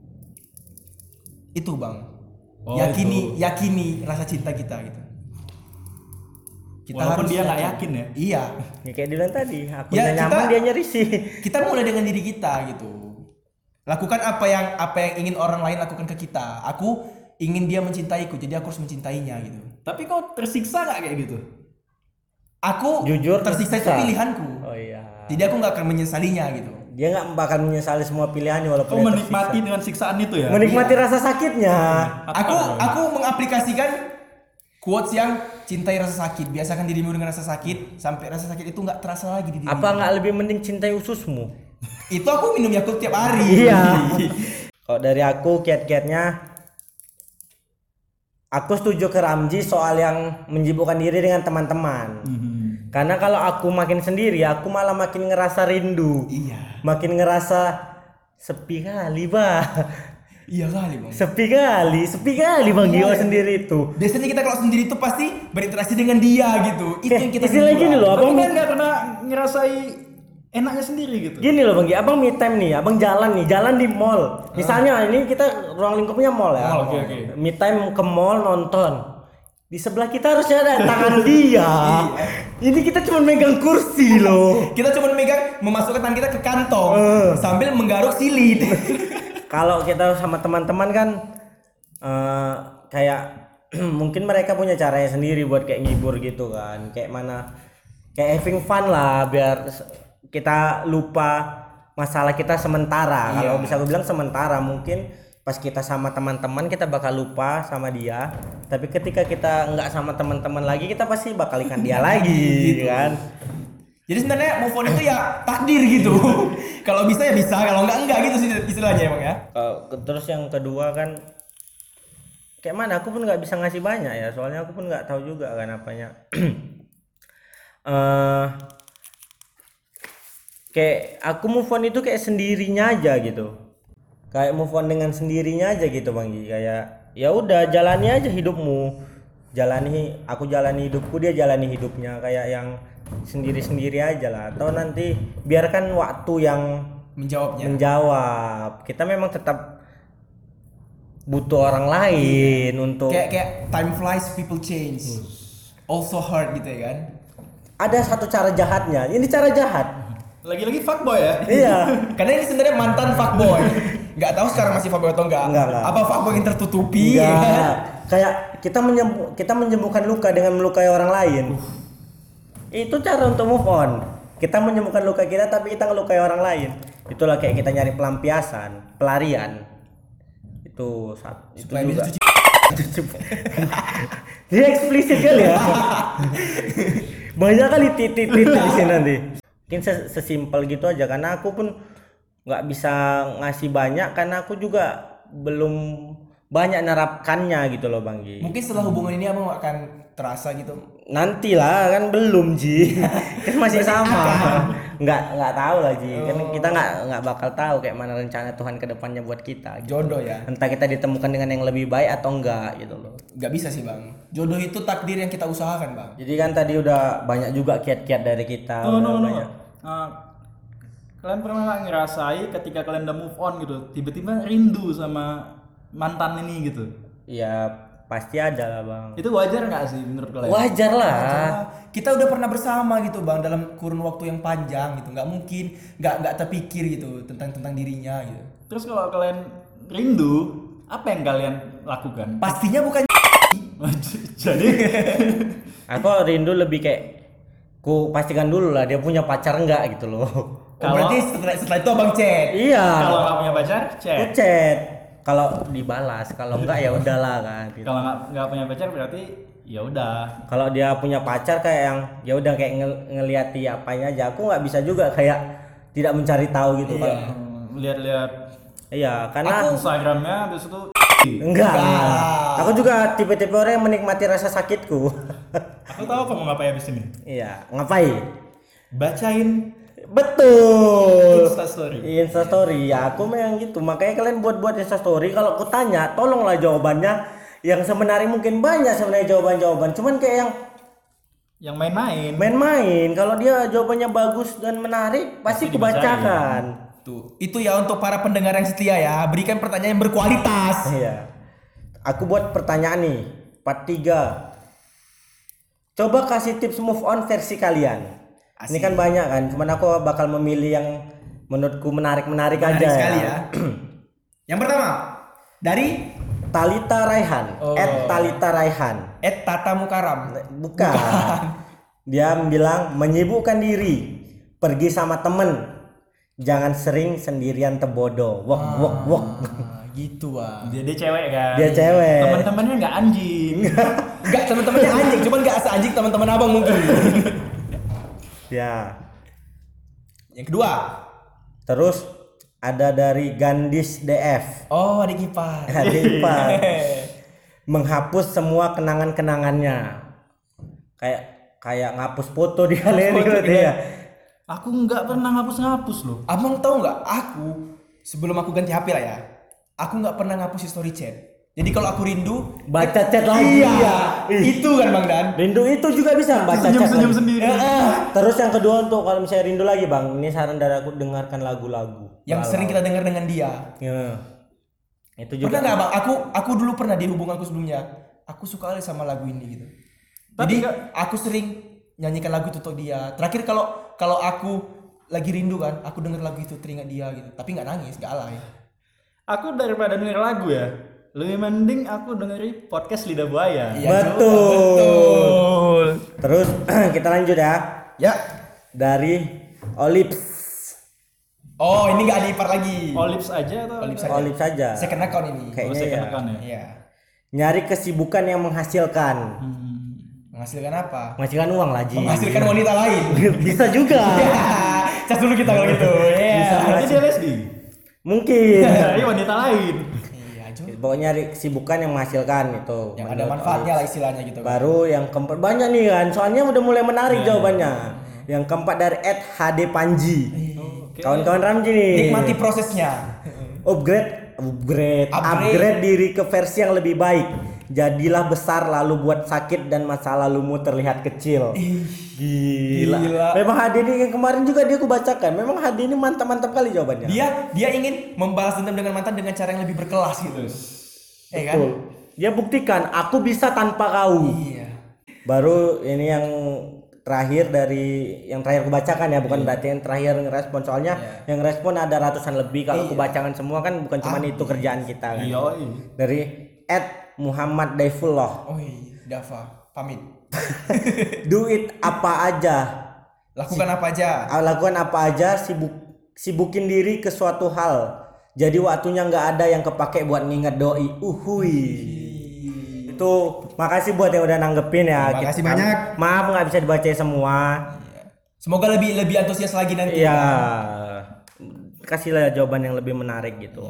Itu bang. Oh, yakini rasa cinta kita gitu. Walaupun dia nggak yakin ya. Iya. Ya, kayak Dilan tadi, aku Ya, nyaman, dia nyerisi. Kita mulai dengan diri kita gitu. Lakukan apa yang ingin orang lain lakukan ke kita. Aku ingin dia mencintaiku, jadi aku harus mencintainya gitu. Tapi kau tersiksa nggak kayak gitu? Aku Jujur tersiksa itu tersiksa. pilihanku. Oh iya. Jadi aku nggak akan menyesalinya gitu. Dia nggak bakal menyesali semua pilihannya walaupun Kau dia menikmati tersiksa. dengan siksaan itu ya? Menikmati rasa sakitnya. Aku mengaplikasikan quotes yang cintai rasa sakit. Biasakan dirimu dengan rasa sakit sampai rasa sakit itu nggak terasa lagi di dirimu. Apa nggak lebih mending cintai ususmu? Itu aku minum Yakult tiap hari. Iya. Kalau dari aku kiat-kiatnya, aku setuju ke Ramji soal yang menyibukkan diri dengan teman-teman. Karena kalau aku makin sendiri, aku malah makin ngerasa rindu. Iya. Makin ngerasa sepi kali, Bah. Iya kali bang. Sepi kali Bang Gio sendiri itu. Biasanya kita kalau sendiri itu pasti berinteraksi dengan dia gitu. Itu yang kita Istilah gini loh, Abang abang kan nggak pernah ngerasai enaknya sendiri gitu. Gini loh Bang Gio, abang me time nih, abang jalan di mall. Misalnya ini kita ruang lingkupnya mall ya. Mall, oke. Me time ke mall nonton. Di sebelah kita harusnya ada tangan dia. Ini kita cuma megang kursi loh. Kita cuma memasukkan tangan kita ke kantong sambil menggaruk silit. Kalau kita sama teman-teman kan kayak mungkin mereka punya caranya sendiri buat kayak ngibur gitu kan. Kayak mana kayak having fun lah biar kita lupa masalah kita sementara. Kalau bisa gue bilang sementara, mungkin pas kita sama teman-teman kita bakal lupa sama dia, tapi ketika kita nggak sama teman-teman lagi kita pasti bakal ingat dia lagi Gitu. kan. Jadi sebenarnya move on itu ya takdir gitu. Kalau bisa ya bisa, kalau enggak gitu sih istilahnya emang ya. Terus yang kedua kan kayak mana, aku pun nggak bisa ngasih banyak ya, soalnya aku pun nggak tahu juga kan apanya. Kayak aku move on itu kayak sendirinya aja gitu, kayak move on dengan sendirinya aja gitu Bang Gi. Kayak ya udah jalani aja hidupmu, aku jalani hidupku, dia jalani hidupnya, kayak yang sendiri-sendiri aja lah. Atau nanti biarkan waktu yang menjawab. Kita memang tetap butuh orang lain untuk kayak time flies, people change. Also hard gitu ya kan. ada satu cara jahatnya. Ini cara jahat. Lagi-lagi fuckboy ya? Iya. Karena ini sebenarnya mantan fuckboy. Nggak tahu sekarang masih fuckboy atau enggak. Enggak. Apa fuckboy yang tertutupi? Enggak. Kayak kita menyembuhkan luka dengan melukai orang lain. Itu cara untuk move on. Kita menyembuhkan luka kita tapi kita ngelukai orang lain. Itulah kayak kita nyari pelampiasan, pelarian. Itu Supaya bisa juga. cuci. Dia eksplisit kali ya. Banyak kali titik-titik di sini nanti. Mungkin sesimpel gitu aja karena aku pun nggak bisa ngasih banyak karena aku juga belum banyak nerapkannya gitu loh Bang Ji. Mungkin setelah hubungan ini abang akan terasa gitu. Nantilah kan belum Ji. Kan masih sama. Nggak tahu lah Ji. Kan kita nggak bakal tahu kayak mana rencana Tuhan ke depannya buat kita. Gitu. Jodoh ya. Entah kita ditemukan dengan yang lebih baik atau enggak gitu loh. Nggak bisa sih bang. Jodoh itu takdir yang kita usahakan bang. Jadi kan tadi udah banyak juga kiat-kiat dari kita. No. Banyak. Kalian pernah nggak ngerasai ketika kalian udah move on gitu, tiba-tiba rindu sama mantan ini gitu? Ya pasti ada lah Bang. Itu wajar nggak sih menurut kalian? Wajar lah. Kita udah pernah bersama gitu bang dalam kurun waktu yang panjang gitu. Nggak mungkin nggak terpikir gitu tentang dirinya gitu. Terus kalau kalian rindu, apa yang kalian lakukan? Pastinya bukan. Jadi Aku rindu lebih kayak ku pastikan dulu lah dia punya pacar enggak gitu loh. Berarti setelah itu abang chat. Iya. kalau nggak punya pacar, Ku chat. chat. Kalau dibalas, kalau enggak ya udahlah kan. Gitu. Kalau nggak punya pacar berarti ya udah. Kalau dia punya pacar kayak yang ya udah kayak ngeliati apanya aja. Aku nggak bisa juga kayak tidak mencari tahu gitu kan. Lihat-lihat Iya, karena Instagramnya habis itu enggak. Aku juga tipe-tipe orang yang menikmati rasa sakitku. aku tahu kamu ngapain habis ini. Iya, ngapain? Bacain Betul. Instastory. Instastory ya aku memang gitu. Makanya kalian buat Instastory kalau aku tanya, tolonglah jawabannya yang sebenarnya mungkin banyak sebenarnya jawaban-jawaban. Cuman kayak yang main-main. main-main. Kalau dia jawabannya bagus dan menarik, pasti kubacakan. Tuh, itu ya untuk para pendengar yang setia ya. Berikan pertanyaan yang berkualitas. Iya. Aku buat pertanyaan nih, part 3. Coba kasih tips move on versi kalian. Ini kan banyak kan, cuman aku bakal memilih yang menurutku menarik aja Sekali ya. Yang pertama dari Talita Raihan, @Talita Raihan. Tata Mukaram. Bukan. Dia bilang menyibukkan diri, pergi sama temen, jangan sering sendirian tebodo. Wok. Gitu ah. Dia cewek kan. Dia cewek. Teman-temannya nggak anjing. Enggak, teman-temannya anjing, cuman enggak seanjing teman-teman abang mungkin. Ya. Yang kedua. Terus ada dari Gandis DF. Oh, adik ipar. Adik ipar. Menghapus semua kenangan-kenangannya. Kayak ngapus foto di galeri gitu ya. Aku nggak pernah ngapus-ngapus loh. Abang tahu nggak? Aku sebelum aku ganti HP lah ya, aku nggak pernah ngapus history chat. Jadi kalau aku rindu Baca chat lagi. Iya, itu kan Bang Dan. Rindu itu juga bisa baca chat Senyum-senyum lagi. sendiri. Terus yang kedua untuk kalau misalnya rindu lagi Bang, ini saran dari aku dengarkan lagu-lagu Yang sering kita dengar dengan dia. Ya. Itu juga. Pernah nggak Bang? Aku dulu pernah di hubunganku sebelumnya. Aku suka kali sama lagu ini gitu. Tapi Jadi aku sering nyanyikan lagu itu untuk dia. Terakhir kalau aku lagi rindu kan, aku denger lagu itu teringat dia gitu. Tapi nggak nangis, nggak alay. Aku daripada denger lagu ya, lebih mending aku dengerin podcast Lidah Buaya. Iya, Betul. Terus kita lanjut ya. Ya. Dari Olips. Oh, ini nggak ada ipar lagi. Olips aja atau? Olips saja. Olips saja. Second account ini. Kayaknya saya ya. kenakan ya. Iya. Nyari kesibukan yang menghasilkan. Menghasilkan apa? Menghasilkan uang lah Ji. Menghasilkan wanita lain. Bisa juga. Cas dulu kita kalau gitu. Iya. Berarti dia lesbi. Mungkin. Dari wanita lain. Iya, Jo. Pokoknya nyari kesibukan yang menghasilkan itu. Yang ada manfaatnya lah istilahnya gitu. Baru yang keempat banyak nih kan. Soalnya udah mulai menarik jawabannya. Yang keempat dari @HD Panji. Kawan-kawan Ramji nih. Nikmati prosesnya. Upgrade diri ke versi yang lebih baik. Jadilah besar lalu buat sakit dan masa lalumu terlihat kecil. Gila. Memang HD ini yang kemarin juga dia aku bacakan. Memang HD ini mantap-mantap kali jawabannya. Dia ingin membalas dendam dengan mantan dengan cara yang lebih berkelas gitu. Kan? Betul. Dia buktikan aku bisa tanpa kau. Iya. Baru ini yang terakhir dari yang terakhir kubacakan ya, bukan berarti yang terakhir ngerespon, soalnya yang respon ada ratusan lebih. Kalau kubacakan semua kan bukan cuma itu kerjaan kita kan. Iya. Dari Muhammad Daifullah. Dava pamit. Do it apa aja. Lakukan apa aja. Lakukan apa aja, sibukin diri ke suatu hal. Jadi waktunya nggak ada yang kepake buat nginget doi. Itu makasih buat yang udah nanggepin ya. Makasih banyak. Maaf nggak bisa dibaca semua. Semoga lebih antusias lagi nanti. Iya. Kasihlah jawaban yang lebih menarik gitu.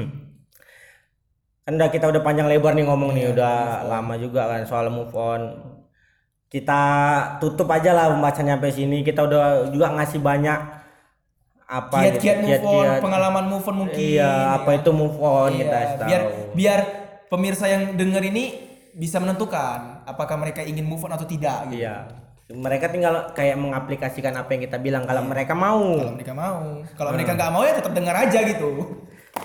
Kan kita udah panjang lebar nih ngomong nih, udah lama juga kan soal move on. Kita tutup aja lah pembahasannya sampai sini. Kita udah juga ngasih banyak apa kiat-kiat move on, pengalaman move on mungkin. Iya, apa itu move on kita tahu. Biar pemirsa yang denger ini bisa menentukan apakah mereka ingin move on atau tidak gitu. Iya. Mereka tinggal kayak mengaplikasikan apa yang kita bilang kalau mereka mau. Kalau mereka nggak mau ya tetap dengar aja gitu.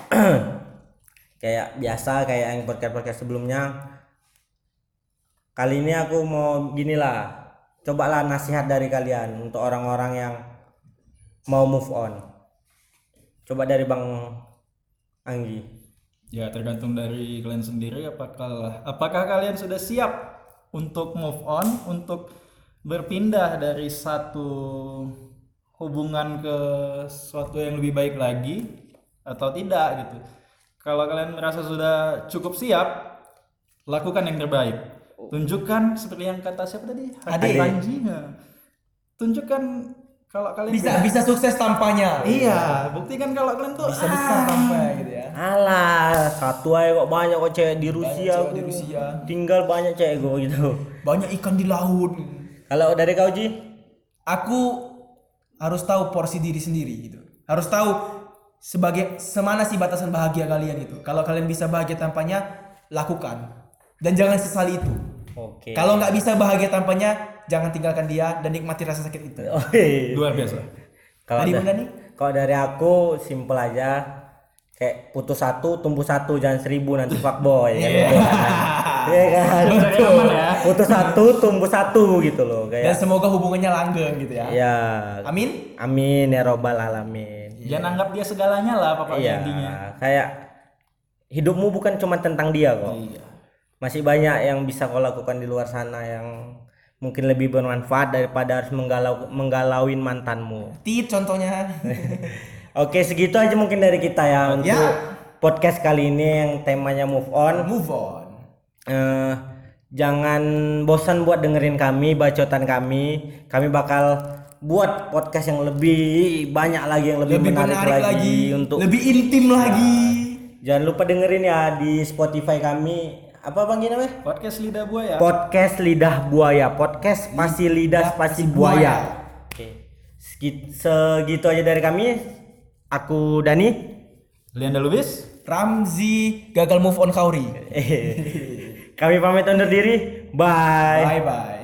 Kayak biasa kayak yang podcast sebelumnya. Kali ini aku mau gini lah. Cobalah nasihat dari kalian untuk orang-orang yang mau move on. Coba dari Bang Anggi. Ya tergantung dari kalian sendiri, apakah kalian sudah siap untuk move on, untuk berpindah dari satu hubungan ke sesuatu yang lebih baik lagi atau tidak gitu. Kalau kalian merasa sudah cukup siap, lakukan yang terbaik. Tunjukkan seperti yang kata siapa tadi? Panji. Tunjukkan kalau kalian bisa sukses tanpanya. Iya, buktikan kalau kalian tuh bisa besar tanpa gitu ya. Alah, satu aja kok banyak kok cewek di Rusia. Tinggal banyak cewek gue gitu. Banyak ikan di laut. Kalau dari kau Ji? Aku harus tahu porsi diri sendiri gitu. Harus tahu semana sih batasan bahagia kalian itu. Kalau kalian bisa bahagia tanpanya, lakukan. Dan jangan sesali itu. Oke. Kalau nggak bisa bahagia tanpanya, jangan tinggalkan dia dan nikmati rasa sakit itu. Luar biasa. Kalau dari aku simple aja. Kayak putus satu tumbuh satu, jangan 1000 nanti fuckboy. Iya kan? Putus satu tumbuh satu gitu loh kayak. Dan semoga hubungannya langgeng gitu ya. Iya. Amin. Amin ya robbal alamin. Jangan anggap dia segalanya lah pokoknya intinya. Kayak hidupmu bukan cuma tentang dia kok. Iya. Masih banyak yang bisa kau lakukan di luar sana yang mungkin lebih bermanfaat daripada harus menggalauin mantanmu. Tit contohnya. Oke, segitu aja mungkin dari kita ya untuk podcast kali ini yang temanya move on. Jangan bosan buat dengerin kami, bacotan kami. Kami bakal buat podcast yang lebih banyak lagi, yang lebih menarik lagi, untuk lebih intim lagi. Jangan lupa dengerin ya di Spotify kami. Apa Bang namanya? Podcast Lidah Buaya. Podcast Lidah Buaya. Podcast spasi lidah spasi buaya. Oke. Segitu aja dari kami. Aku Dani. Lianda Lubis. Ramzi gagal move on Kauri. Kami pamit undur diri. Bye. Bye.